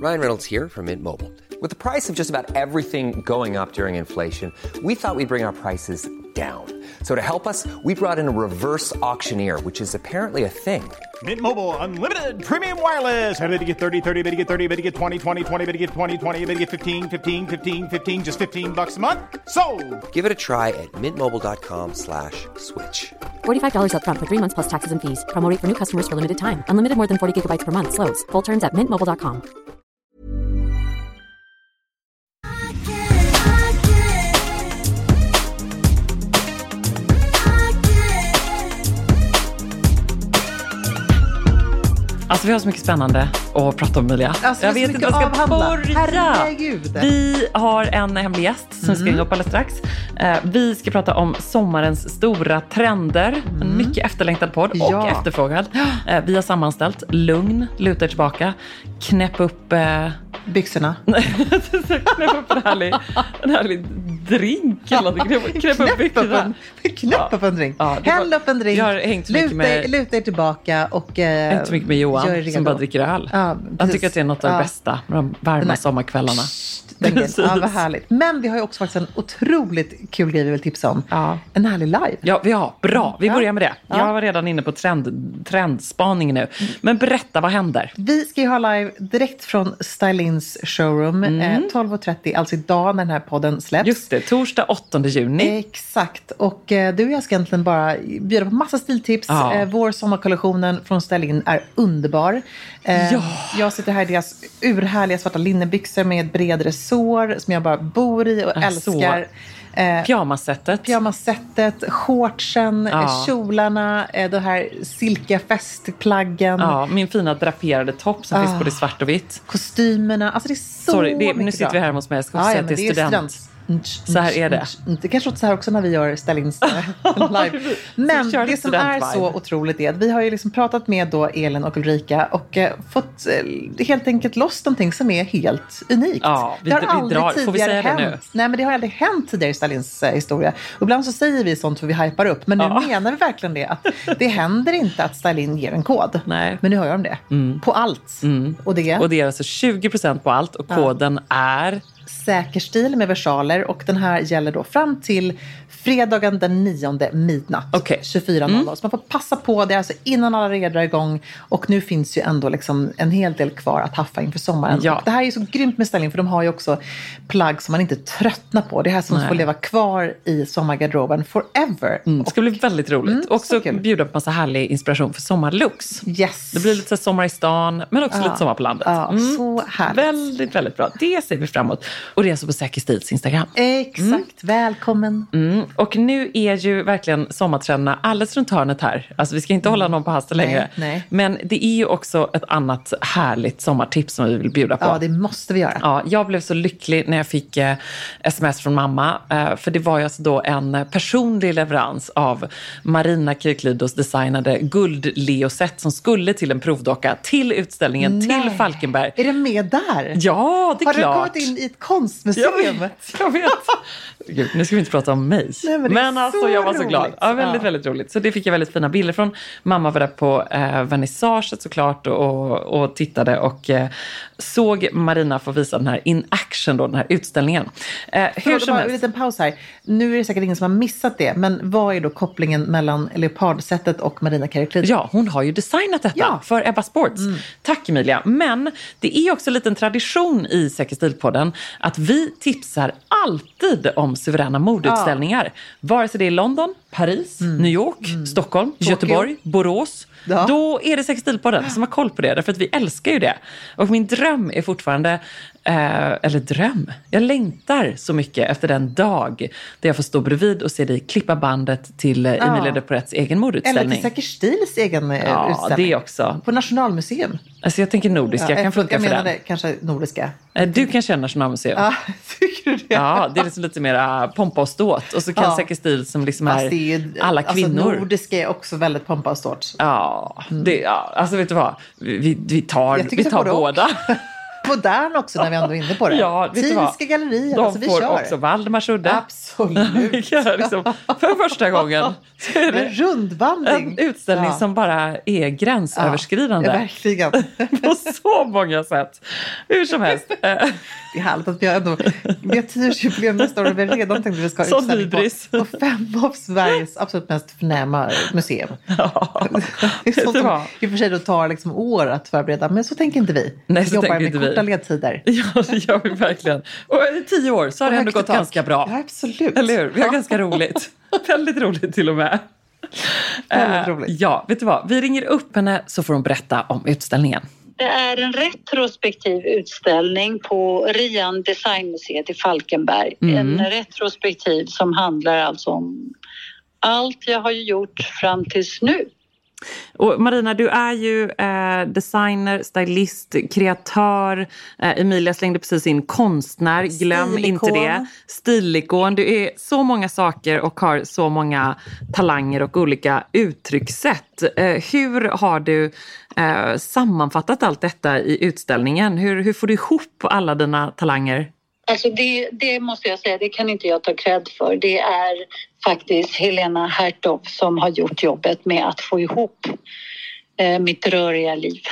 Ryan Reynolds here from Mint Mobile. With the price of just about everything going up during inflation, we thought we'd bring our prices down. So to help us, we brought in a reverse auctioneer, which is apparently a thing. Mint Mobile Unlimited Premium Wireless. How to get 30, 30, bit to get 30, bit to get 20, 20, 20, bit to get 20, 20, bit to get 15, 15, 15, 15, just $15 a month? Sold! Give it a try at mintmobile.com/switch. $45 up front for 3 months plus taxes and fees. Promo rate for new customers for limited time. Unlimited more than 40 gigabytes per month. Slows full terms at mintmobile.com. Alltså vi har så mycket spännande att prata om, Emilia. Alltså, jag vet inte vad jag ska börja. Herregud. Vi har en hemlig gäst som ska ringa upp alldeles strax. Vi ska prata om sommarens stora trender. En mycket efterlängtad podd och efterfrågad. Vi har sammanställt lugn, luta tillbaka, knäpp upp... byxorna. knäpp upp en härlig drink. Knäpp upp byxorna. Knäpp upp en drink. Häll upp en drink. Jag har hängt så mycket med... Luta er tillbaka och... hängt så mycket med Johan som bara dricker öl. Jag tycker att det är något av det bästa med de varma sommarkvällarna. Ja, vad härligt. Men vi har ju också faktiskt en otroligt kul grej vi vill tipsa om. En härlig live. Ja, vi har. Bra. Vi börjar med det. Jag var redan inne på trendspaning nu. Men berätta, vad händer? Vi ska ju ha live direkt från Stylins showroom 12.30, alltså idag när den här podden släpps. Just det, torsdag 8 juni. Exakt. Och du och jag ska egentligen bara bjuda på massa stiltips. Vår sommarkollektionen från Stylin är underbar. Jag sitter här i deras urhärliga svarta linnebyxor med bred resår som jag bara bor i och älskar. Pyjamassättet, shortsen, kjolarna, de här silka festplaggen. Ja, min fina draperade topp som finns både svart och vitt. Kostymerna, alltså det är så mycket nu sitter vi här hos mig, jag ska säga att det är student. Så här är det. Det kanske låter så här också när vi gör Stylins live. Men det som är så otroligt är att vi har ju liksom pratat med då Elin och Ulrika och fått helt enkelt loss någonting som är helt unikt. Ja, det har aldrig tidigare får vi säga hänt. Det nu? Nej, men det har aldrig hänt tidigare i Stylins historia. Och ibland så säger vi sånt för vi hypar upp. Men nu menar vi verkligen det. Att det händer inte att Stylin ger en kod. Nej. Men nu har de det. På allt. Och det är alltså 20% på allt. Och koden är... Säker stil med versaler och den här gäller då fram till fredagen den 9 midnatt 24.00. Så man får passa på det alltså innan alla redan drar igång och nu finns ju ändå liksom en hel del kvar att haffa inför sommaren. Och det här är ju så grymt med Stylin för de har ju också plagg som man inte tröttnar på. Det här som får leva kvar i sommargarderoben forever. Det ska bli väldigt roligt. Och så bjuda på massa härlig inspiration för sommarlooks. Yes. Det blir lite så sommar i stan men också lite sommar på landet. Så härligt. Väldigt, väldigt bra. Det ser vi fram emot. Och det är alltså på Säker Stils Instagram. Exakt, välkommen. Och nu är ju verkligen sommartrenderna alldeles runt hörnet här. Alltså vi ska inte hålla någon på halsen längre. Nej. Men det är ju också ett annat härligt sommartips som vi vill bjuda på. Ja, det måste vi göra. Ja, jag blev så lycklig när jag fick sms från mamma. För det var ju alltså då en personlig leverans av Marina Kirklydos designade guldleoset som skulle till en provdocka till utställningen till Falkenberg. Är det med där? Ja, det är klart. Har du kommit in i ett konstmuseum? Jag vet. Gud, nu ska vi inte prata om mig. Nej, men alltså, jag var så glad. Ja, väldigt, väldigt roligt. Så det fick jag väldigt fina bilder från. Mamma var där på vernissaget såklart och tittade och såg Marina få visa den här in action då, den här utställningen. Hur som helst. En liten paus här. Nu är det säkert ingen som har missat det, men vad är då kopplingen mellan leopardsättet och Marina Kirklydos? Ja, hon har ju designat detta för Ebba Sports. Tack Emilia. Men det är också en liten tradition i Säker Stil-podden att vi tipsar alltid om suveräna modeutställningar. Vare sig det är London, Paris, New York, Stockholm, Göteborg, Borås. Ja. Då är det Säker Stil-podden som har koll på det. Därför att vi älskar ju det. Och min dröm är fortfarande... jag längtar så mycket efter den dag där jag får stå bredvid och se dig klippa bandet till Emilia de Poretts egen modeutställning. Eller till Säker Stils egen utställning. Ja, det också. På Nationalmuseum. Alltså jag tänker nordiska, jag kan funka för den. Jag menar kanske nordiska. Du kan känna Nationalmuseum. Ja, tycker du det? Ja, det är liksom lite mer pompa och ståt. Och så kan Säker Stil som liksom är alla kvinnor. Alltså nordiska är också väldigt pompa och ståt. Ja, alltså vet du vad? Vi tar båda. Modern också när vi ändå är inne på det. Ja, Thielska galleriet. De alltså, vi får kör. också Valdemarsudde. Absolut. Ja, liksom, för första gången så är det en rundvandring. En utställning som bara är gränsöverskridande. Ja, verkligen. På så många sätt. Hur som helst. Det är härligt att vi har 10-årsjubileum nästa år och vi har redan tänkt att vi ska ha utställning på 5 av Sveriges absolut mest förnäma museum. Ja, det är sånt som i och för sig då tar liksom år att förbereda, men så tänker inte vi. Nej, så jobbar tänker med inte korta vi. ledtider. Ja, det gör vi verkligen. Och i 10 år så har det ändå gått ganska bra. Ja, absolut. Eller hur? Vi har ganska roligt. Väldigt roligt till och med. Väldigt roligt. Ja, vet du vad? Vi ringer upp henne så får hon berätta om utställningen. Det är en retrospektiv utställning på Rian Designmuseet i Falkenberg. En retrospektiv som handlar alltså om allt jag har gjort fram tills nu. Och Marina, du är ju designer, stylist, kreatör. Emilia slängde precis in konstnär. Glöm inte det. Stilikon. Du är så många saker och har så många talanger och olika uttryckssätt. Hur har du sammanfattat allt detta i utställningen? Hur får du ihop alla dina talanger? Alltså det måste jag säga, det kan inte jag ta cred för. Det är faktiskt Helena Hertog som har gjort jobbet med att få ihop mitt röriga liv.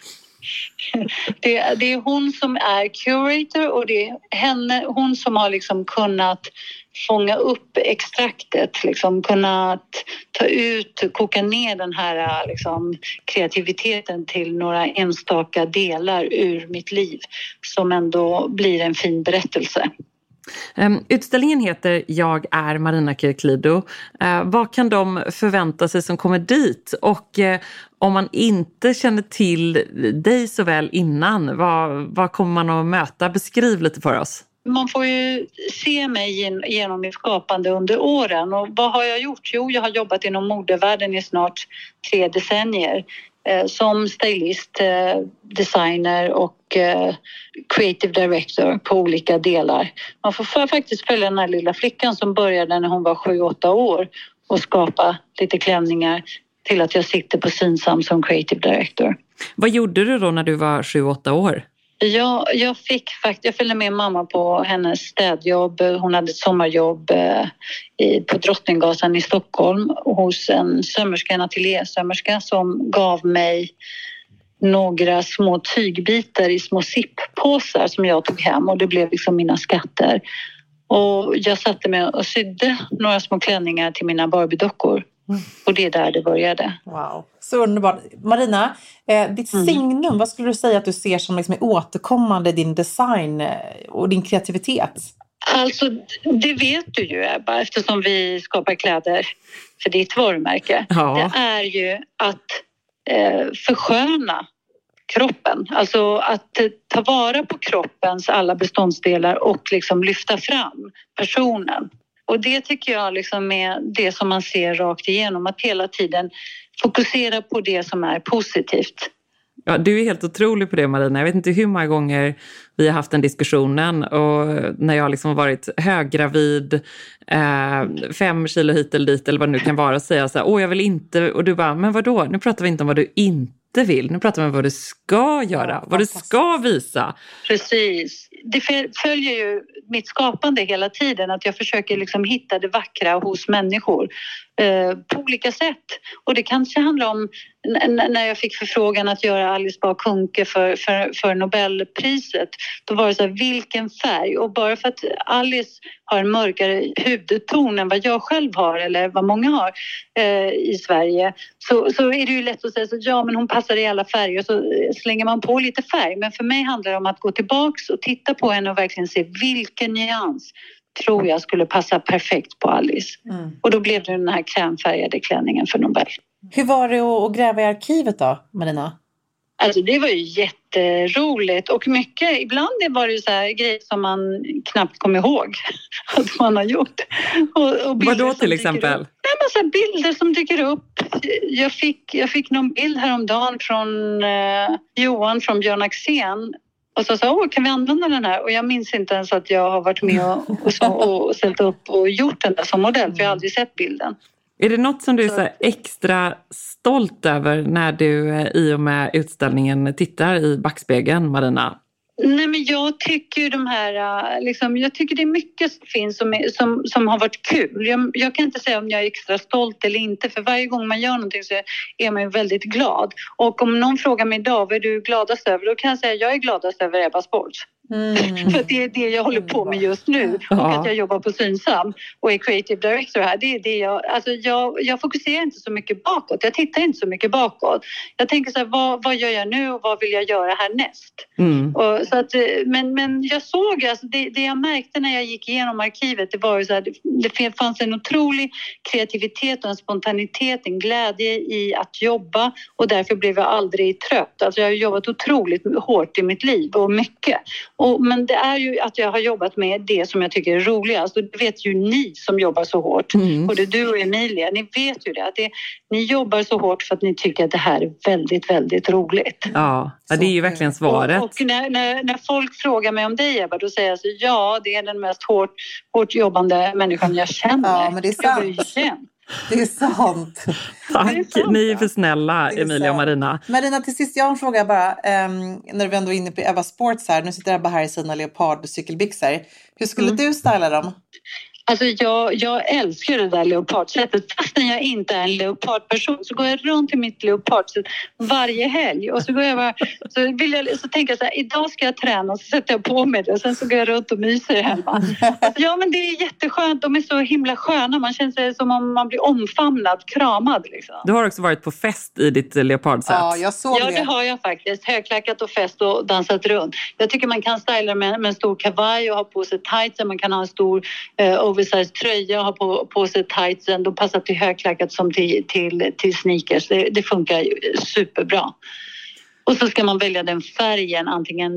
Det är hon som är curator och det är hon som har liksom kunnat fånga upp extraktet, liksom kunnat koka ner den här liksom kreativiteten till några enstaka delar ur mitt liv som ändå blir en fin berättelse. Utställningen heter Jag är Marina Kirklido. Vad kan de förvänta sig som kommer dit? Och om man inte känner till dig så väl innan, vad kommer man att möta? Beskriv lite för oss. Man får ju se mig genom mitt skapande under åren. Och vad har jag gjort? Jo, jag har jobbat inom modevärlden i snart 3 decennier. Som stylist, designer och creative director på olika delar. Man får faktiskt följa den här lilla flickan som började när hon var 7-8 år och skapa lite klänningar till att jag sitter på Synsam som creative director. Vad gjorde du då när du var 7-8 år? Jag följde med mamma på hennes städjobb. Hon hade ett sommarjobb på Drottninggatan i Stockholm hos en ateljésömmerska som gav mig några små tygbitar i små zip-påsar som jag tog hem och det blev liksom mina skatter. Och jag satte mig och sydde några små klänningar till mina Barbie-dockor. Och det är där det började. Wow, så underbart. Marina, ditt signum, vad skulle du säga att du ser som liksom är återkommande i din design och din kreativitet? Alltså, det vet du ju Ebba, eftersom vi skapar kläder för ditt varumärke. Ja. Det är ju att försköna kroppen. Alltså att ta vara på kroppens alla beståndsdelar och liksom lyfta fram personen. Och det tycker jag liksom är det som man ser rakt igenom. Att hela tiden fokusera på det som är positivt. Ja, du är helt otrolig på det, Marina. Jag vet inte hur många gånger vi har haft den diskussionen. Och när jag liksom varit höggravid, 5 kilo hit eller dit eller vad det nu kan vara. Och säga så här, jag vill inte. Och du bara, men vadå? Nu pratar vi inte om vad du inte vill. Nu pratar vi om vad du ska göra. Vad du ska visa. Precis. Det följer ju mitt skapande hela tiden. Att jag försöker liksom hitta det vackra hos människor. På olika sätt. Och det kanske handlar om när jag fick förfrågan att göra Alice Bah Kuhnke för Nobelpriset. Då var det så här, vilken färg? Och bara för att Alice har en mörkare hudton än vad jag själv har eller vad många har i Sverige så är det ju lätt att säga så ja, men hon passar i alla färger och så slänger man på lite färg. Men för mig handlar det om att gå tillbaks och titta på henne och verkligen se vilken nyans tror jag skulle passa perfekt på Alice. Och då blev det den här krämfärgade klänningen för Nobel. Hur var det att gräva i arkivet då, Marina? Alltså det var ju jätteroligt och mycket, ibland var det ju så här grejer som man knappt kommer ihåg att man har gjort. Och vad då till exempel? Nej, men så här bilder som dyker upp. Jag fick någon bild häromdagen från Johan från Björn Axén. Och så sa kan vi använda den här? Och jag minns inte ens att jag har varit med och ställt upp och gjort den där som modell. För jag har aldrig sett bilden. Är det något som du är så extra stolt över när du i och med utställningen tittar i backspegeln, Marina? Nej, men jag tycker de här, liksom, jag tycker det är mycket som finns som har varit kul. Jag kan inte säga om jag är extra stolt eller inte, för varje gång man gör någonting så är man ju väldigt glad. Och om någon frågar mig idag, vad är du gladast över? Då kan jag säga, jag är gladast över Ebba Sports. För det är det jag håller på med just nu. Och att jag jobbar på Synsam och är creative director här. Det är det jag fokuserar inte så mycket bakåt. Jag tittar inte så mycket bakåt. Jag tänker så här, vad gör jag nu och vad vill jag göra härnäst? Och så att, men jag såg, alltså det jag märkte när jag gick igenom arkivet, det var ju så här, det fanns en otrolig kreativitet och en spontanitet, en glädje i att jobba, och därför blev jag aldrig trött. Alltså jag har jobbat otroligt hårt i mitt liv och mycket. Men det är ju att jag har jobbat med det som jag tycker är roligast, och det vet ju ni som jobbar så hårt, både du och Emilia, ni vet ju det, att ni jobbar så hårt för att ni tycker att det här är väldigt, väldigt roligt. Ja, det är ju verkligen svaret. Och när folk frågar mig om dig, Ebba, då säger jag så, ja, det är den mest hårt jobbande människan jag känner. Ja, men det är sant. Det är sant. Tack, ni är för snälla, Emilia och Marina. Marina, till sist, jag har en fråga bara. När vi ändå är inne på Ebba Sports här. Nu sitter Ebba här i sina leopardcykelbyxor. Hur skulle du styla dem? Alltså jag älskar det där leopardsättet. Fastän jag inte är en leopardperson så går jag runt i mitt leopardsätt varje helg. Och så går jag bara, så tänker jag så här, idag ska jag träna, och så sätter jag på mig det. Och sen så går jag runt och myser hemma. Ja, men det är jätteskönt. De är så himla sköna. Man känner sig som om man blir omfamnad, kramad liksom. Du har också varit på fest i ditt leopardsätt. Ja, jag såg det. Ja, det har jag faktiskt. Högklackat och fest och dansat runt. Jag tycker man kan styla med en stor kavaj och ha på sig tights. Man kan ha en stor oversized tröja och ha på sig tightsen. De passar till högklackat som till sneakers. Det funkar ju superbra. Och så ska man välja den färgen, antingen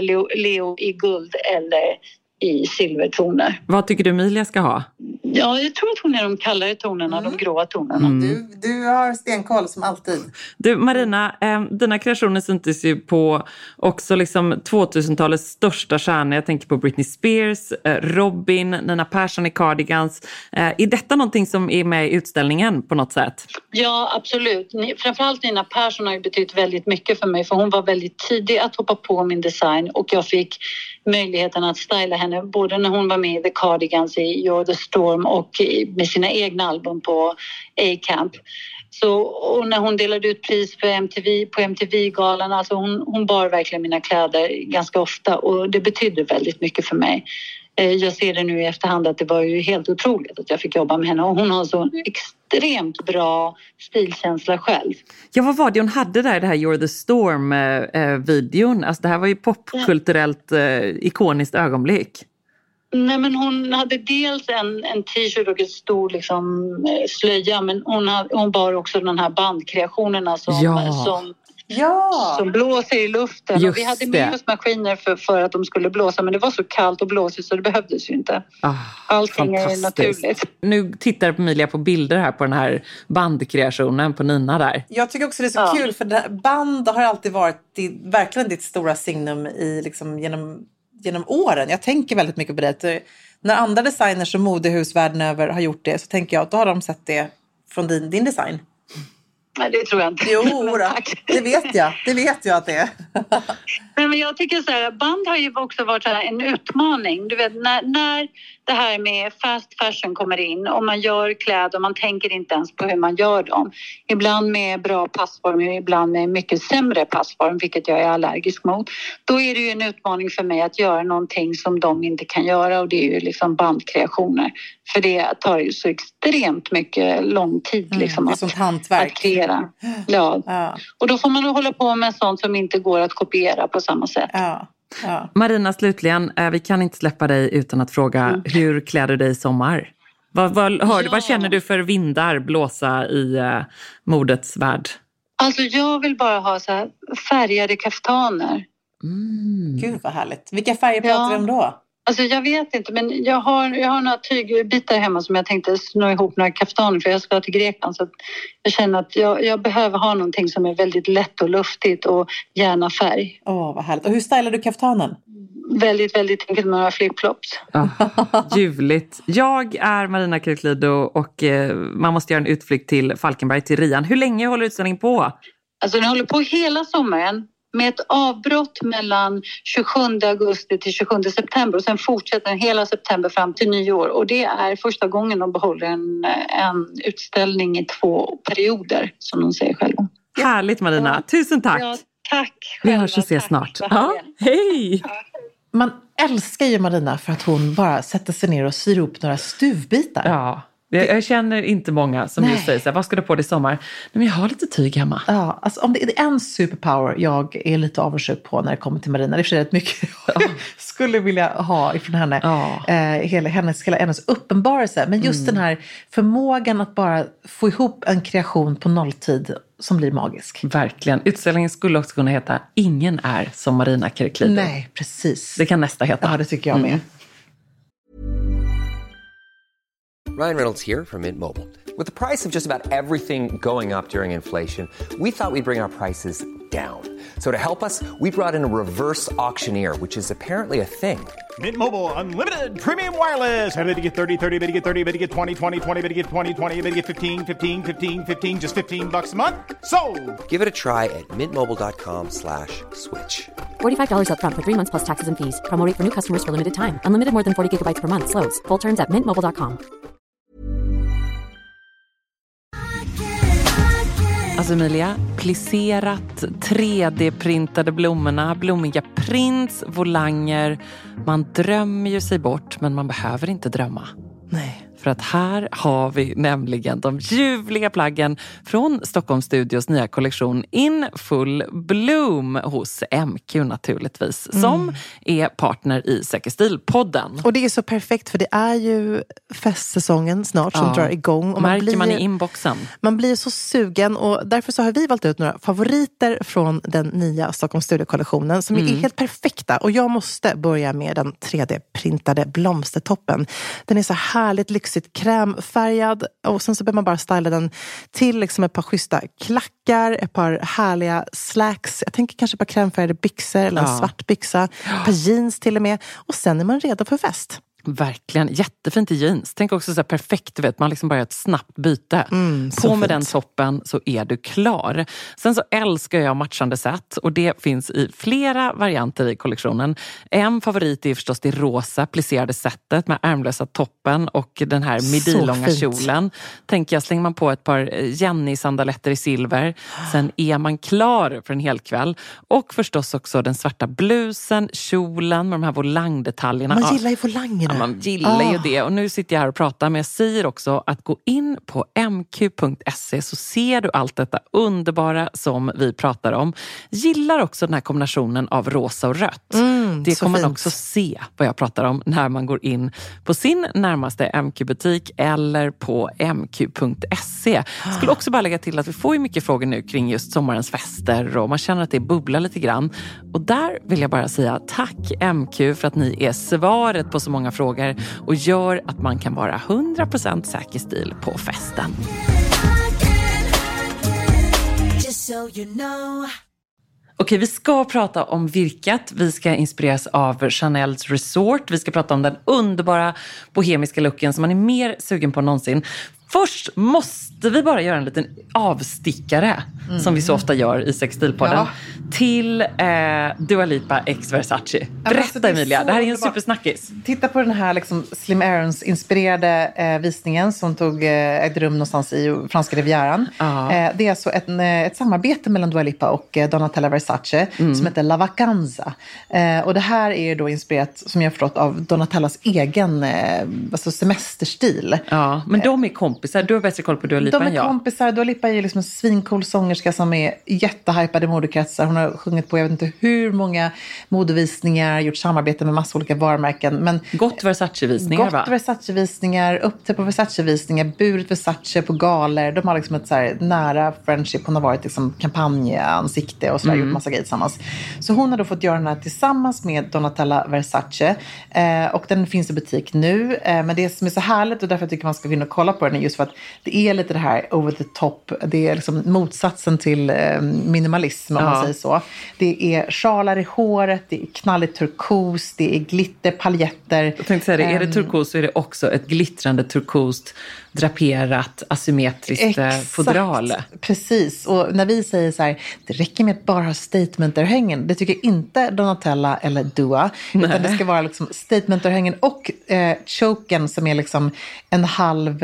Leo i guld eller i silvertoner. Vad tycker du Emilia ska ha? Ja, jag tror att hon är de kallare tonerna, de gråa tonerna. Du har stenkoll som alltid. Du Marina, dina kreationer syntes ju på också liksom 2000-talets största stjärnor. Jag tänker på Britney Spears, Robin, Nina Persson i Cardigans. Är detta någonting som är med i utställningen på något sätt? Ja, absolut. Framförallt Nina Persson har ju betytt väldigt mycket för mig, för hon var väldigt tidig att hoppa på min design, och jag fick möjligheten att styla henne både när hon var med i The Cardigans i You're the Storm och med sina egna album på A-Camp. Och när hon delade ut pris för MTV-galan, alltså hon bar verkligen mina kläder ganska ofta, och det betydde väldigt mycket för mig. Jag ser det nu i efterhand att det var ju helt otroligt att jag fick jobba med henne, och hon har så extremt bra stilkänsla själv. Ja, vad var det hon hade där i det här You're the Storm-videon? Alltså det här var ju popkulturellt ikoniskt ögonblick. Nej, men hon hade dels en t-shirt och ett stor liksom, slöja, men hon bar också den här bandkreationerna som blåser i luften. Och vi hade med oss maskiner för att de skulle blåsa, men det var så kallt och blåsigt så det behövdes ju inte. Allting är naturligt. Nu tittar Emilia på bilder här på den här bandkreationen på Nina där. Jag tycker också det är så kul, för band har alltid varit verkligen ditt stora signum i, liksom, genom åren. Jag tänker väldigt mycket på det. När andra designers och modehus världen över har gjort det, så tänker jag att då har de sett det från din design. Nej, det tror jag inte. Jo, det vet jag. Det vet jag att det är. Men jag tycker så här, band har ju också varit så här en utmaning. Du vet, när det här med fast fashion kommer in och man gör kläder och man tänker inte ens på hur man gör dem. Ibland med bra passform och ibland med mycket sämre passform, vilket jag är allergisk mot. Då är det ju en utmaning för mig att göra någonting som de inte kan göra, och det är ju liksom bandkreationer. För det tar ju så extremt mycket lång tid liksom, det är sånt hantverk. Att kreera. Ja. Och då får man hålla på med sånt som inte går att kopiera på samma sätt. Ja. Marina, slutligen, vi kan inte släppa dig utan att fråga, hur klär du dig i sommar? Vad känner du för vindar blåsa i modets värld? Alltså jag vill bara ha så här färgade kaftaner. Gud vad härligt. Vilka färger pratar vi om då? Alltså jag vet inte, men jag har några tygbitar hemma som jag tänkte snå ihop några kaftaner, för jag ska till Grekland, så att jag känner att jag behöver ha någonting som är väldigt lätt och luftigt och gärna färg. Vad härligt. Och hur stylar du kaftanen? Väldigt, väldigt enkelt med några flipflops. Ljuvligt. Jag är Marina Kirklido och man måste göra en utflykt till Falkenberg, till Rian. Hur länge håller utställningen på? Alltså den håller på hela sommaren. med ett avbrott mellan 27 augusti till 27 september och sen fortsätter den hela september fram till nyår. Och det är första gången de behåller en utställning i 2 perioder, som de säger själva. Härligt, Marina. Ja. Tusen tack. Ja, tack. Vi hörs och ses snart. Ja, hej! Man älskar ju Marina för att hon bara sätter sig ner och syr upp några stuvbitar. Ja. Jag känner inte många som just säger så här, vad ska du på det i sommar? Nej, men jag har lite tyg hemma. Ja, alltså om det är en superpower jag är lite avundsjuk på när det kommer till Marina. Det är för rätt mycket jag skulle vilja ha ifrån henne. Ja. Hela hennes uppenbarelse. Men just den här förmågan att bara få ihop en kreation på nolltid som blir magisk. Verkligen. Utställningen skulle också kunna heta Ingen är som Marina Kerklido. Nej, precis. Det kan nästa heta. Ja, det tycker jag med. Ryan Reynolds here from Mint Mobile. With the price of just about everything going up during inflation, we thought we'd bring our prices down. So to help us, we brought in a reverse auctioneer, which is apparently a thing. Mint Mobile Unlimited Premium Wireless. How to get 30, 30, bit to get 30, bit to get 20, 20, 20, bit to get 20, 20, bit to get 15, 15, 15, 15, just $15 a month? Sold! Give it a try at mintmobile.com/switch. $45 up front for 3 months plus taxes and fees. Promo rate for new customers for limited time. Unlimited more than 40 gigabytes per month. Slows full terms at mintmobile.com. Alltså Emilia, plisserat, 3D-printade blommorna, blommiga prints, volanger. Man drömmer ju sig bort, men man behöver inte drömma. Nej. För att här har vi nämligen de ljuvliga plaggen från Stockholm Studios nya kollektion In Full Bloom hos MQ naturligtvis. Som är partner i Säkerstil-podden. Och det är så perfekt för det är ju festsäsongen snart som drar igång. Och märker man i inboxen. Man blir så sugen och därför så har vi valt ut några favoriter från den nya Stockholm Studio-kollektionen som är helt perfekta. Och jag måste börja med den 3D-printade blomstertoppen. Den är så härligt lyxigt krämfärgad och sen så behöver man bara styla den till liksom ett par schyssta klackar, ett par härliga slacks. Jag tänker kanske på krämfärgade byxor eller en svart byxa, ett par jeans till och med. Och sen är man redo för fest. Verkligen, jättefint i jeans. Tänk också så här perfekt, du vet, man liksom bara gör ett snabbt byte. På med den toppen så är du klar. Sen så älskar jag matchande set och det finns i flera varianter i kollektionen. En favorit är förstås det rosa plisserade setet med ärmlösa toppen och den här midilånga kjolen. Tänker jag, slänger man på ett par Jenny-sandaletter i silver. Sen är man klar för en hel kväll. Och förstås också den svarta blusen, kjolen med de här volangdetaljerna. Man gillar ju volangerna. Ja, man gillar ju det. Och nu sitter jag här och pratar, men jag säger också att gå in på mq.se så ser du allt detta underbara som vi pratar om. Gillar också den här kombinationen av rosa och rött. Det kommer man också se vad jag pratar om när man går in på sin närmaste MQ-butik eller på mq.se. Jag skulle också bara lägga till att vi får ju mycket frågor nu kring just sommarens fester och man känner att det bubblar lite grann. Och där vill jag bara säga tack MQ för att ni är svaret på så många frågor och gör att man kan vara 100% säker stil på festen. Okej, vi ska prata om virkat. Vi ska inspireras av Chanels Resort. Vi ska prata om den underbara bohemiska looken som man är mer sugen på än någonsin. Först måste vi bara göra en liten avstickare som vi så ofta gör i Sextilpodden till Dua Lipa x Versace. Berätta Emilia, det här är en supersnackis. Titta på den här liksom Slim Aarons inspirerade visningen som ägde rum någonstans i franska rivieran. Det är alltså ett samarbete mellan Dua Lipa och Donatella Versace som heter La Vacanza. Och det här är då inspirerat, som jag har förstått, av Donatellas egen alltså semesterstil. Ja, men de är kompisar. Du har bättre koll på Dua Lipa än jag. De är kompisar. Dua Lipa är ju liksom en svincool sångerska som är jättehypad i modekretsar. Hon har sjungit på jag vet inte hur många modevisningar, gjort samarbete med massa olika varumärken. Men gott Versace-visningar, va? Gott Versace-visningar, upptäck på Versace-visningar, burit Versace på galer. De har liksom ett så här nära friendship. Hon har varit liksom kampanjansikte och så där, gjort massa grejer tillsammans. Så hon har då fått göra den här tillsammans med Donatella Versace. Och den finns i butik nu. Men det som är så härligt och därför jag tycker man ska gå in och kolla på den är just just för att det är lite det här over the top. Det är liksom motsatsen till minimalism om man säger så. Det är sjalar i håret, det är knalligt turkos, det är glitter, paljetter. Jag tänkte säga det, är det turkos så är det också ett glittrande turkost draperat asymmetriskt fodral. Precis, och när vi säger så här, det räcker med att bara ha statementörhängen. Det tycker inte Donatella eller Dua. Utan det ska vara liksom statementörhängen och choken som är liksom en halv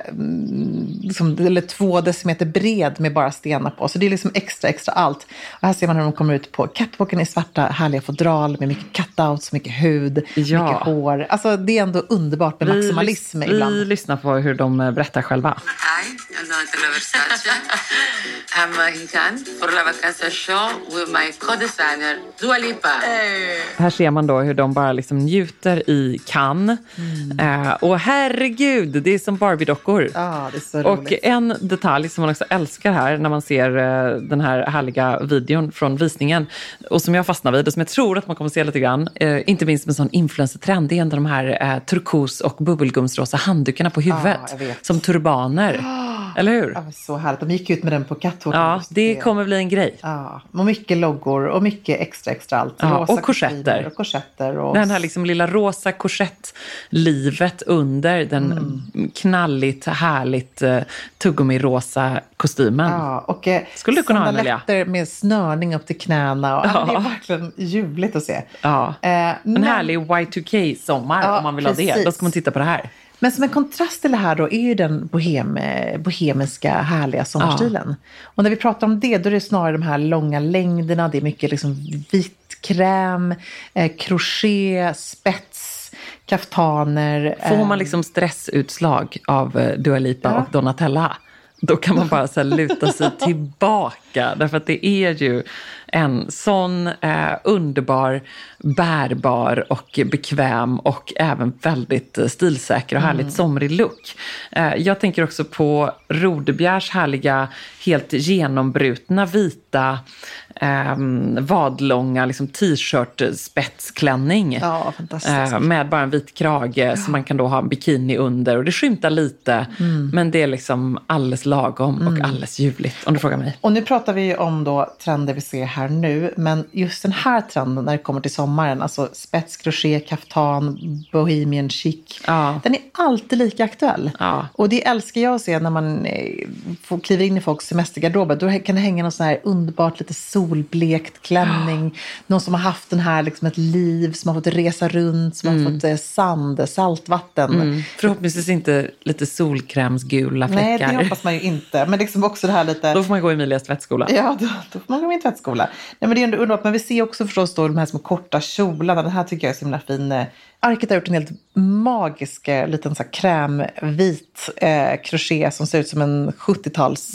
liksom, eller 2 decimeter bred med bara stenar på. Så det är liksom extra allt. Och här ser man hur de kommer ut på catwalken i svarta härliga fodral med mycket cutouts, mycket hud, mycket hår. Alltså det är ändå underbart med maximalism ibland. Vi lyssnar på hur de berättar själva. Hi, I'm Donatella Versace. I'm in Cannes for la vacanza show with my co-designer Dua Lipa. Här ser man då hur de bara liksom njuter i Cannes. Och herregud, det är som Barbie-dockor. Ja, det är så och roligt. en detalj som man också älskar här när man ser den här härliga videon från visningen och som jag fastnar vid och som jag tror att man kommer se lite grann, inte minst med sån influencer-trend, det är ändå de här turkos och bubbelgumsrosa handdukarna på huvudet som turbaner. Eller hur? Ja, så härligt. De gick ut med den på catwalken. Ja, det kommer bli en grej. Ja, och mycket loggor och mycket extra allt. Ja, rosa och korsetter. Och korsetter. Och... Den här liksom lilla rosa korsettlivet under den knalligt, härligt tuggummi-rosa kostymen. Ja, och skulle du kunna ha, Emilia? Sandaletter med snörning upp till knäna. Och, det är verkligen ljuvligt att se. Ja. En härlig Y2K-sommar om man vill ha det. Då ska man titta på det här. Men som en kontrast till det här då är ju den bohemiska härliga sommarstilen. Och när vi pratar om det, då är det snarare de här långa längderna. Det är mycket liksom vit kräm, crochet, spets, kaftaner. Får man liksom stressutslag av Dua Lipa och Donatella, då kan man bara så här luta sig tillbaka. Därför att det är ju en sån underbar, bärbar och bekväm och även väldigt stilsäker och härligt somrig look. Jag tänker också på Rodebjärs härliga, helt genombrutna vita vadlånga liksom t-shirt-spetsklänning. Ja, fantastiskt. Med bara en vit krage så man kan då ha en bikini under och det skymtar lite men det är liksom alldeles lagom och alldeles ljuvligt om du frågar mig. Och nu pratar vi om då trender vi ser här nu, men just den här trenden när det kommer till sommaren, alltså spets, crochet, kaftan, bohemian chic, den är alltid lika aktuell. Ja. Och det älskar jag att se när man får kliva in i folks semestergarderober. Då kan det hänga något så här underbart, lite solblekt klänning. Någon som har haft den här liksom ett liv, som har fått resa runt, som har fått saltvatten. Förhoppningsvis inte lite solkrämsgula fläckar. Nej, det hoppas man ju inte. Men liksom också det här lite... Då får man gå i Emilias tvättskola. Ja, då får man gå i en tvättskola. Nej, men det är ändå underbart. Men vi ser också förstås då de här små korta kjolarna. Den här tycker jag är så himla fin. Arket har gjort en helt magisk liten så här krämvit crochet som ser ut som en 70-tals...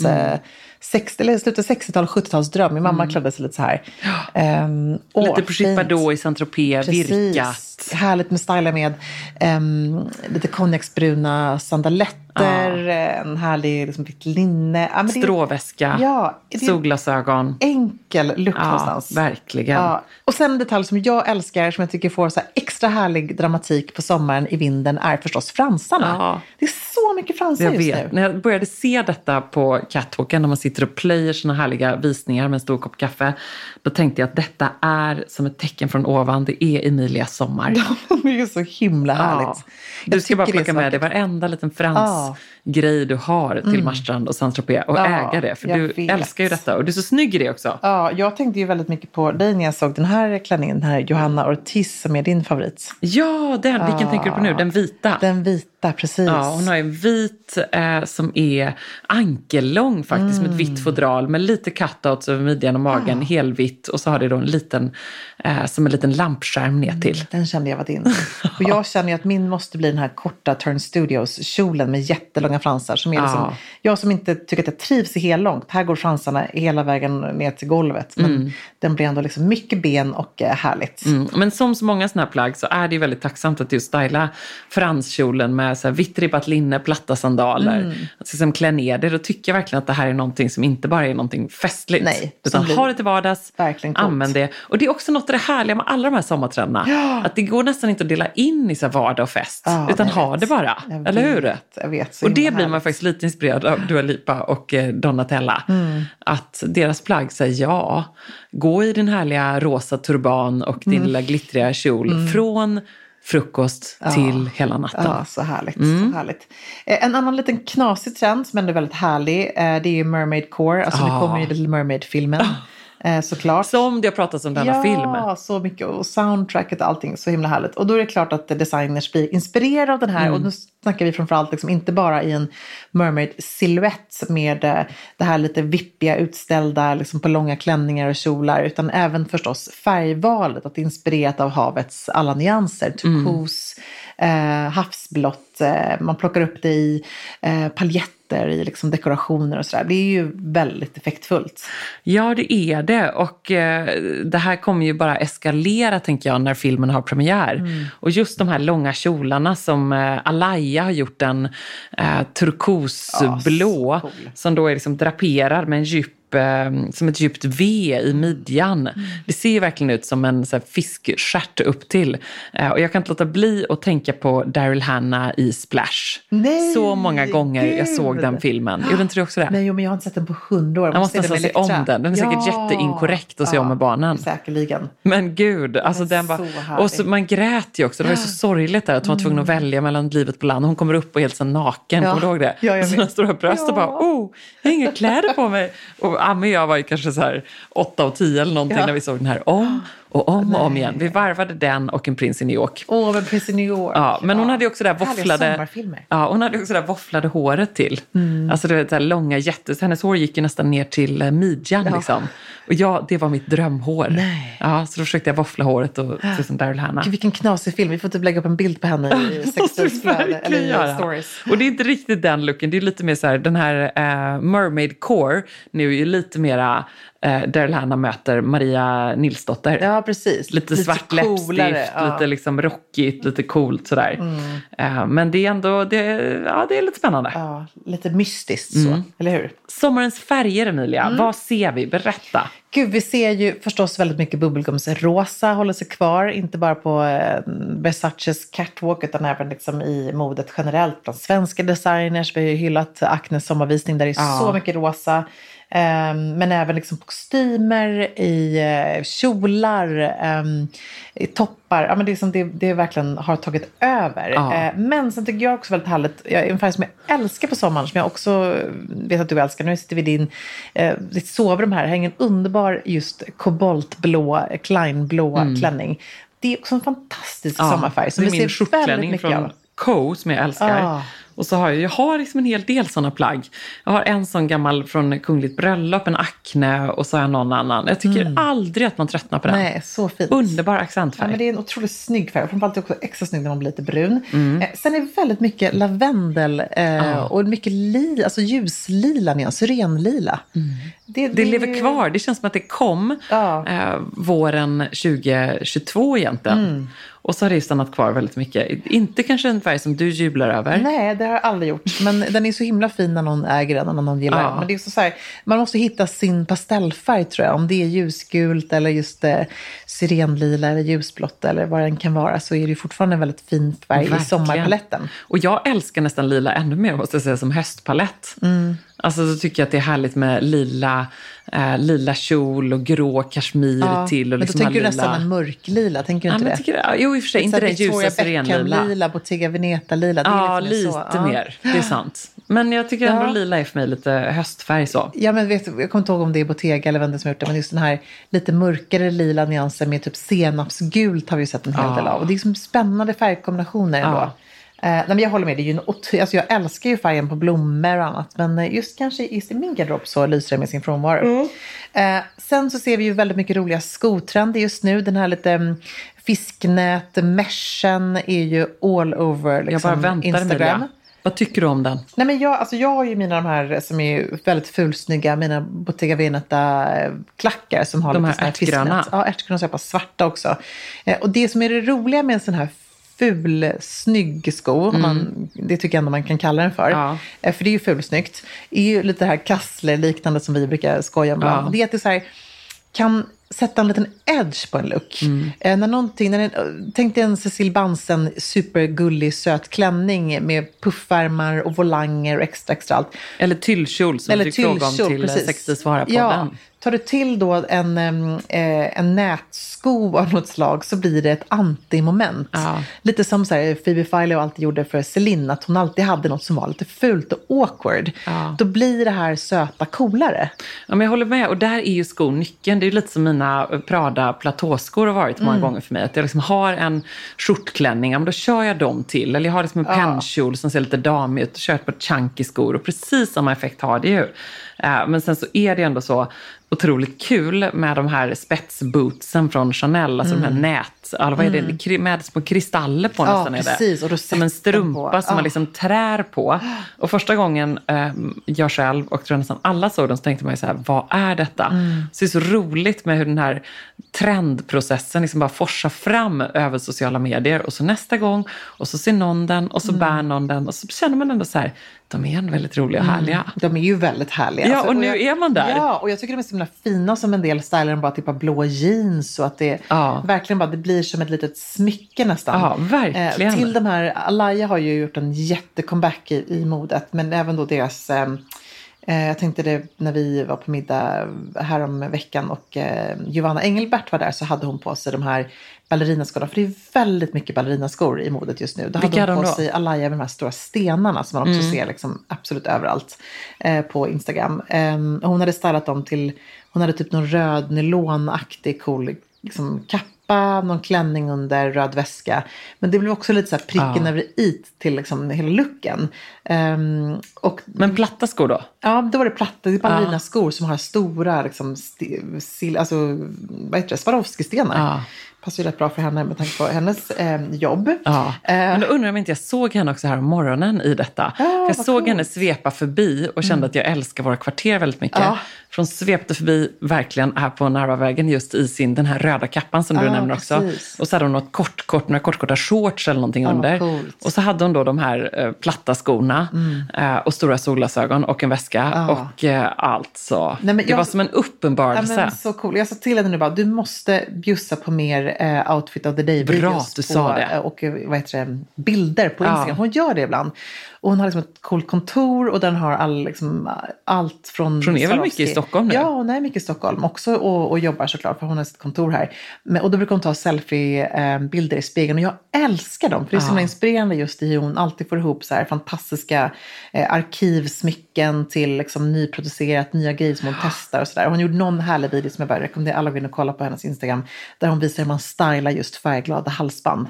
slutet 60-tal, 70-talsdröm. Min mamma klädde sig lite så här. Lite Brigitte Bardot i Saint-Tropez, virkat. Härligt med styla med lite konjaksbruna sandaletter, en härlig liksom, vitt linne. Ja, stråväska, solglasögon. Enkel look någonstans. Verkligen. Ja. Och sen en detalj som jag älskar, som jag tycker får så här extra härlig dramatik på sommaren i vinden, är förstås fransarna. Ja. Det är så mycket fransar just nu. När jag började se detta på catwalken, när man sitter och plöjer såna härliga visningar med en stor kopp kaffe, då tänkte jag att detta är som ett tecken från ovan. Det är Emilias sommar. Det är ju så himla härligt. Du ska bara plocka med dig varenda liten grej du har till Marstrand och Saint-Tropez och äga det. För du älskar ju detta och du är så snygg i det också. Ja, jag tänkte ju väldigt mycket på dig när jag såg den här klänningen, den här Johanna Ortiz som är din favorit. Ja, vilken tänker du på nu? Den vita? Den vita, precis. Ja, hon har en vit som är ankellång faktiskt med ett vitt fodral med lite cutouts över midjan och magen, helvitt. Och så har det då en liten, som en liten lampskärm ner till. Den kände jag var din. Och jag känner ju att min måste bli den här korta Turn Studios-kjolen med jättelånga fransar. Som är liksom, jag som inte tycker att jag trivs i långt. Här går fransarna hela vägen ner till golvet. Men den blir ändå liksom mycket ben och härligt. Men som så många såna här plagg så är det väldigt tacksamt att just styla franskjolen med så här vitt ribbat linne, platta sandaler. Att liksom klä ner det. Då tycker jag verkligen att det här är någonting som inte bara är någonting festligt. Nej, utan ha det till vardags, använd det. Och det är också något av det härliga med alla de här sommartrenderna. Ja. Att det går nästan inte att dela in i så här vardag och fest. Ja, utan ha det bara. Eller hur? Jag vet, och det blir man faktiskt lite inspirerad av Dua Lipa och Donatella. Att deras plagg säger gå i din härliga rosa turban och din lilla glittriga kjol från frukost till hela natten. Ja, så härligt. Så härligt. En annan liten knasig trend som ändå är väldigt härlig, det är ju Mermaid Core. Alltså det kommer ju Little Mermaid-filmen. Såklart. Som det har pratats om denna film. Ja, så mycket. Och soundtracket och allting, så himla härligt. Och då är det klart att designers blir inspirerade av den här. Och nu snackar vi framförallt liksom inte bara i en mermaid-silhuett med det här lite vippiga utställda liksom på långa klänningar och kjolar. Utan även förstås färgvalet, att det är inspirerat av havets alla nyanser. Turkos, havsblått, man plockar upp det i paljetter, i liksom dekorationer och sådär. Det är ju väldigt effektfullt. Ja, det är det. Och det här kommer ju bara eskalera, tänker jag, när filmen har premiär. Och just de här långa kjolarna som Alaya har gjort en turkosblå som då är liksom draperad med en djup som ett djupt V i midjan. Det ser ju verkligen ut som en så här fiskstjärt upp till. Och jag kan inte låta bli att tänka på Daryl Hannah i Splash. Nej, så många gånger jag såg den filmen. Gjorde inte du också det? Nej, men jag har inte sett den på 100 år. Jag måste nästan se om den. Den är säkert jätteinkorrekt att se om med barnen. Säkerligen. Men gud, alltså den bara... Och så man grät ju också. Det var ju så sorgligt där att hon var tvungen att välja mellan livet på land. Hon kommer upp och helt så naken. Kommer du ihåg det? Ja, jag vet. Sådana stora bröst och bara, jag har inga kläder på mig. Och Ami och jag var ju kanske så här 8 av 10 eller någonting när vi såg den här om och om igen. Vi varvade den och En prins i New York. En prins i New York. Ja, men hon hade ju också det där våfflade... Ja, hon hade ju också det där våfflade håret till. Alltså det var det där långa hennes hår gick ju nästan ner till midjan liksom. Och det var mitt drömhår. Nej. Ja, så då försökte jag våffla håret och se som Daryl Hannah. Gud, vilken knasig film. Vi får typ lägga upp en bild på henne i sextelsflöde eller i stories. Och det är inte riktigt den looken. Det är lite mer så här, den här Mermaid Core nu är ju lite mera Daryl Hannah möter Maria Nilsdotter. Ja, precis. Lite svart läppstift, lite liksom rockigt, lite coolt sådär. Men det är ändå, det är lite spännande. Ja, lite mystiskt så, eller hur? Sommarens färger, Emilia. Vad ser vi? Berätta. Gud, vi ser ju förstås väldigt mycket bubbelgumsrosa håller sig kvar. Inte bara på Versaces catwalk utan även liksom i modet generellt bland svenska designers. Vi har ju hyllat Acnes sommarvisning där det är så mycket rosa. Men även liksom kostymer, i kjolar, i toppar. Ja, men det är som det verkligen har tagit över. Men sen tycker jag också väldigt härligt. En färg som jag älskar på sommaren, som jag också vet att du älskar. Nu sitter vi i ditt sovrum här. Hänger en underbar just koboltblå, Kleinblå klänning. Det är också en fantastisk sommarfärg. Som det är min skjortklänning från Co som jag älskar. Och så har jag har liksom en hel del sådana plagg. Jag har en sån gammal från Kungligt bröllop, en Acne, och så har jag någon annan. Jag tycker aldrig att man tröttnar på den. Nej, så fint. Underbar accentfärg. Ja, men det är en otroligt snygg färg. Framförallt är det också extra snygg när man blir lite brun. Sen är det väldigt mycket lavendel och mycket lila, alltså ljuslila nyans, syrenlila. Det lever kvar. Det känns som att det kom våren 2022 egentligen. Och så har det stannat kvar väldigt mycket. Inte kanske en färg som du jublar över. Nej, det har jag aldrig gjort. Men den är så himla fin när någon äger den och när någon gillar den. Men det är så här, man måste hitta sin pastellfärg, tror jag. Om det är ljusgult eller just syrenlila eller ljusblått eller vad den kan vara, så är det fortfarande en väldigt fin färg i sommarpaletten. Och jag älskar nästan lila ännu mer, måste jag säga, som höstpalett. Alltså så tycker jag att det är härligt med lila kjol och grå kashmir till. Och liksom men då tänker du nästan en mörklila, tänker du inte det? Jo, i och för sig, inte den ljusa syrenlila. Lila, Bottega Veneta-lila. Ja, lite mer. Det är sant. Men jag tycker ändå lila är för mig lite höstfärg så. Ja, men jag kommer inte ihåg om det är Bottega eller vem det som har gjort det. Men just den här lite mörkare lila nyansen med typ senapsgult har vi ju sett en hel del av. Och det är liksom spännande färgkombinationer ändå. Nej, men jag håller med, det är ju alltså jag älskar ju färgen på blommor och annat, men just kanske i min garderob så lyser det med sin frånvaro. Sen så ser vi ju väldigt mycket roliga skotrender just nu. Den här lite fisknät meshen är ju all over liksom, jag bara väntar Instagram. Vad tycker du om den? Nej, men jag har ju de här som är väldigt fulsnygga, mina Bottega Veneta-klackar som har de lite här ärtgröna. Ja, ärtgröna, så jag på svarta också. Och det som är det roliga med en sån här fulsnygg sko, det tycker jag ändå man kan kalla den för. Ja. För det är ju fulsnyggt. Det är ju lite det här kassler-liknande som vi brukar skoja om. Ja. Det är att det så här, kan sätta en liten edge på en look. Tänk dig en Cecil Bansen supergullig söt klänning med puffärmar och volanger och extra allt. Eller tyllkjol som du fick fråga om till 60 svara på den. Tar du till då en nätsko av något slag så blir det ett antimoment. Ja. Lite som så här, Phoebe Philo alltid gjorde för Celine, att hon alltid hade något som var lite fult och awkward. Ja. Då blir det här söta coolare. Ja, men jag håller med. Och där är ju skon nyckeln. Det är ju lite som mina Prada platåskor har varit många gånger för mig. Att jag liksom har en skjortklänning, men då kör jag dem till. Eller jag har liksom en pennkjol som ser lite damig ut och kör på chunky skor. Och precis samma effekt har det ju. Men sen så är det ändå så otroligt kul med de här spetsbootsen från Chanel, alltså de här vad är det, med små kristaller på nästan precis. Är det. Som en strumpa som man liksom trär på. Och första gången jag själv och tror nästan alla såg dem, så tänkte man ju så här, vad är detta? Så det är så roligt med hur den här trendprocessen liksom bara forsar fram över sociala medier, och så nästa gång, och så ser någon den, och så bär någon den, och så känner man ändå så här, de är ändå väldigt roliga och härliga. De är ju väldigt härliga. Ja, och nu är man där. Ja, och jag tycker de är så himla fina som en del stylar bara typ av blå jeans, och att det verkligen bara, det blir som ett litet smycke nästan. Ja, verkligen. Till de här, Alaya har ju gjort en jättecomeback i modet, men även då deras... jag tänkte det när vi var på middag här om veckan och Giovanna Engelbert var där, så hade hon på sig de här ballerinaskor. För det är väldigt mycket ballerinaskor i modet just nu. Då hade hon på sig Alaya med de här stora stenarna som man också ser liksom absolut överallt på Instagram. Och hon hade stylat dem till, hon hade typ någon röd nylonaktig cool liksom kappa, någon klänning under, röd väska. Men det blev också lite så här pricken över i till liksom hela looken. Men platta skor då? Ja, då var det platta. Det är ballerinaskor som har stora liksom, alltså, vad heter det? Swarovski-stenar. Passar ju rätt bra för henne med tanke på hennes jobb. Ja. Men då undrar jag om inte jag såg henne också här om morgonen i detta. Jag såg henne svepa förbi och kände att jag älskar våra kvarter väldigt mycket. För hon svepte förbi verkligen här på Narvavägen just i den här röda kappan som du nämner också. Precis. Och så hade hon några kortkorta shorts eller någonting under. Coolt. Och så hade hon då de här platta skorna och stora solglasögon och en väska. Och alltså, det var som en uppenbarelse. Ja, men så cool. Jag sa till henne nu bara, du måste bjussa på mer outfit of the day. Bra, du sa det. Och vad heter det, bilder på Instagram. Hon gör det ibland. Och hon har liksom ett coolt kontor och den har allt från... Hon är väl mycket i Stockholm nu? Ja, hon är mycket i Stockholm också och jobbar såklart, för hon har sitt kontor här. Och då brukar hon ta selfie-bilder i spegeln, och jag älskar dem. För det är så inspirerande just i hur hon alltid får ihop så här fantastiska arkivsmycken till liksom nyproducerat, nya grejer som hon testar och sådär. Hon gjorde någon härlig video som jag bara rekommenderar alla att gå in och kolla på hennes Instagram, där hon visar hur man stylar just färgglada halsband.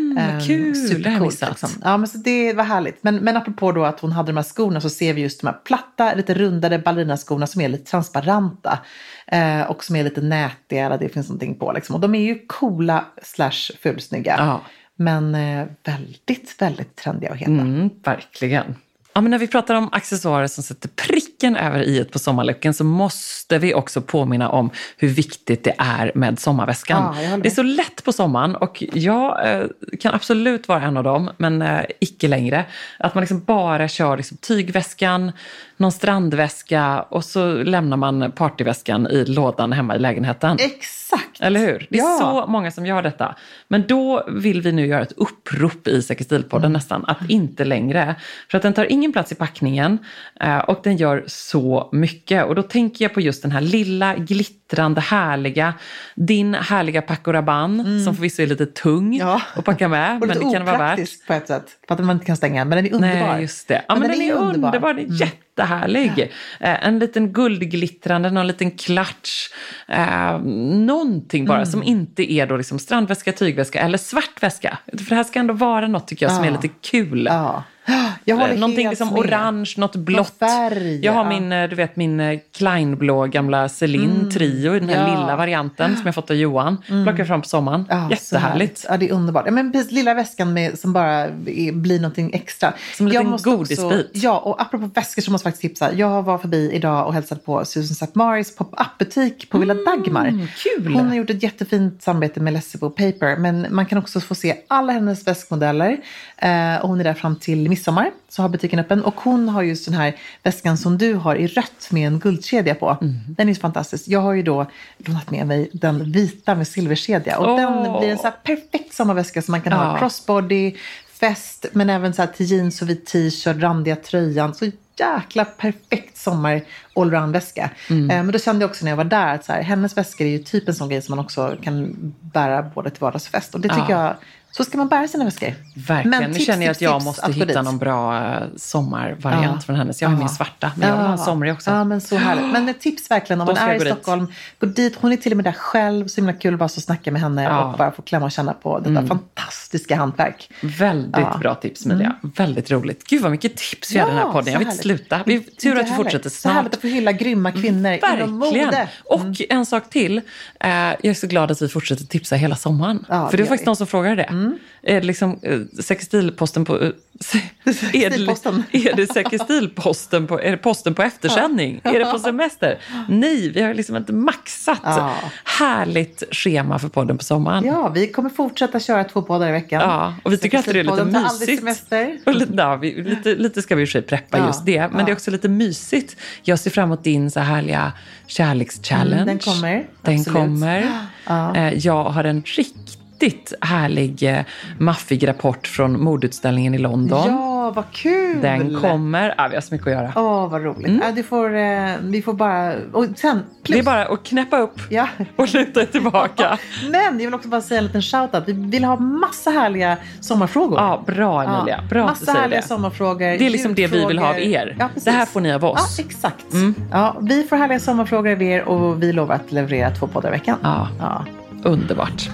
Kul, det har jag missat. Liksom. Ja, men så det var härligt. Men apropå då att hon hade de här skorna, så ser vi just de här platta, lite rundade ballerinaskona som är lite transparenta och som är lite nätiga, eller det finns någonting på liksom. Och de är ju coola / fulsnygga. Men väldigt, väldigt trendiga och heta. Verkligen. Ja, men när vi pratar om accessoarer som sätter pricken över i på sommarlooken, så måste vi också påminna om hur viktigt det är med sommarväskan. Det är så lätt på sommaren, och jag kan absolut vara en av dem, men icke längre. Att man liksom bara kör liksom tygväskan, någon strandväska, och så lämnar man partyväskan i lådan hemma i lägenheten. Exakt! Eller hur? Det är så många som gör detta. Men då vill vi nu göra ett upprop i Säker Stil-podden nästan, att inte längre. För att den tar ingen plats i packningen, och den gör så mycket. Och då tänker jag på just den här lilla, glittrande, härliga, din härliga Paco Rabanne, som förvisso är lite tung att packa med. Och men det kan vara värt. På ett sätt, för att man inte kan stänga, men den är underbar. Nej, just det. Ja, men den är underbar. Den är jättehärlig. En liten guldglittrande, någon liten klatsch. Någonting bara som inte är då liksom strandväska, tygväska eller svart väska. För det här ska ändå vara något, tycker jag, som är lite kul. någonting liksom orange, något blått. Färg, jag har min Kleinblå gamla Celine Trio i den här lilla varianten som jag fått av Johan. Plockar fram på sommaren. Jättehärligt. Ja, det är underbart. Men lilla väskan som bara blir någonting extra. Som en liten godisbit. Ja, och apropå väskor så måste jag faktiskt tipsa. Jag var förbi idag och hälsade på Susan Sattmaris pop-up-butik på Villa Dagmar. Kul! Hon har gjort ett jättefint samarbete med Lessebo Paper. Men man kan också få se alla hennes väskmodeller. Och hon är där fram till midsommar. Så har butiken öppen. Och hon har just den här väskan som du har i rött med en guldkedja på. Den är fantastisk. Jag har ju då lånat med mig den vita med silverkedja. Och den blir en så här perfekt sommarväska som man kan ha crossbody, fest, men även så här till jeans och vit t-shirt, randiga tröjan. Så jäkla perfekt sommar allround-väska. Men då kände jag också när jag var där att så här, hennes väskor är ju typ en sån grej som man också kan bära både till vardagsfest. Och det tycker jag, så ska man bära sina väskor. Verkligen, nu känner jag att jag måste hitta någon bra sommarvariant från hennes. Jag har min svarta, men jag vill ha en somrig också. Ja, men så härligt. Men ett tips verkligen om man är i Stockholm. Gå dit, hon är till och med där själv. Så himla kul bara att snacka med henne och bara få klämma och känna på detta fantastiska hantverk. Väldigt bra tips, Emilia. Väldigt roligt. Gud vad mycket tips vi har den här podden. Jag vill inte sluta. Tur att vi fortsätter snart. Så härligt att få hylla grymma kvinnor inom mode. Och en sak till. Jag är så glad att vi fortsätter tipsa hela sommaren. För det är faktiskt någon som frågar det. Är det liksom Sextilposten på... Är det Sextilposten på... Är det posten på eftersändning? Är det på semester? Nej, vi har liksom inte maxat. Härligt schema för podden på sommaren. Ja, vi kommer fortsätta köra 2 poddar i veckan. Ja, och vi tycker att det är lite mysigt. Semester. Och lite ska vi ju preppa just det. Men det är också lite mysigt. Jag ser fram emot din så härliga kärlekschallenge. Den kommer. Jag har en riktigt härlig maffig rapport från modutställningen i London. Ja, vad kul! Den kommer. Vi har så mycket att göra. Vad roligt. Vi får bara... Och sen, det är bara att knäppa upp och luta tillbaka. Men jag vill också bara säga en liten shoutout. Vi vill ha massa härliga sommarfrågor. Ja, bra Emilia. Bra massa härliga sommarfrågor. Det är liksom det vi vill ha av er. Ja, det här får ni av oss. Ja, exakt. Ja, vi får härliga sommarfrågor av er och vi lovar att leverera 2 poddar i veckan. Ja. Underbart.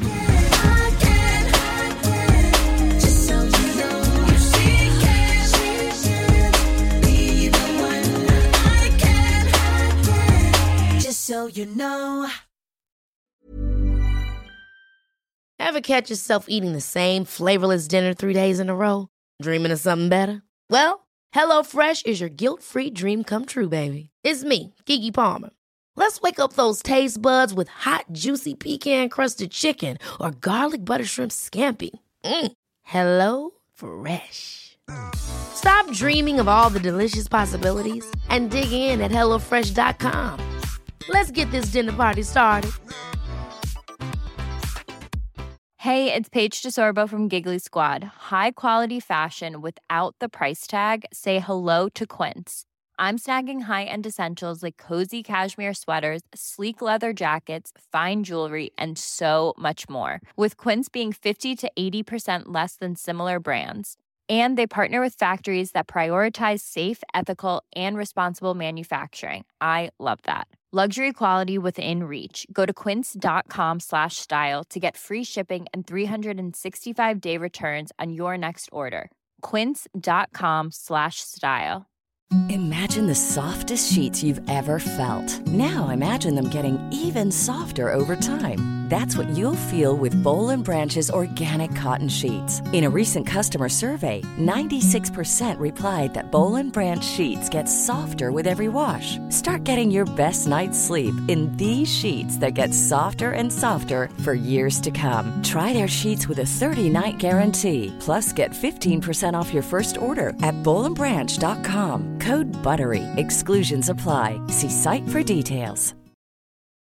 So you know. Ever catch yourself eating the same flavorless dinner 3 days in a row? Dreaming of something better? Well, HelloFresh is your guilt-free dream come true, baby. It's me, Keke Palmer. Let's wake up those taste buds with hot, juicy pecan-crusted chicken or garlic butter shrimp scampi. Hello Fresh. Stop dreaming of all the delicious possibilities and dig in at HelloFresh.com. Let's get this dinner party started. Hey, it's Paige DeSorbo from Giggly Squad. High quality fashion without the price tag. Say hello to Quince. I'm snagging high-end essentials like cozy cashmere sweaters, sleek leather jackets, fine jewelry, and so much more. With Quince being 50 to 80% less than similar brands. And they partner with factories that prioritize safe, ethical, and responsible manufacturing. I love that. Luxury quality within reach. Go to quince.com/style to get free shipping and 365-day returns on your next order. Quince.com/style. Imagine the softest sheets you've ever felt. Now imagine them getting even softer over time. That's what you'll feel with Boll & Branch's organic cotton sheets. In a recent customer survey, 96% replied that Boll & Branch sheets get softer with every wash. Start getting your best night's sleep in these sheets that get softer and softer for years to come. Try their sheets with a 30-night guarantee. Plus, get 15% off your first order at bollandbranch.com. Code BUTTERY. Exclusions apply. See site for details.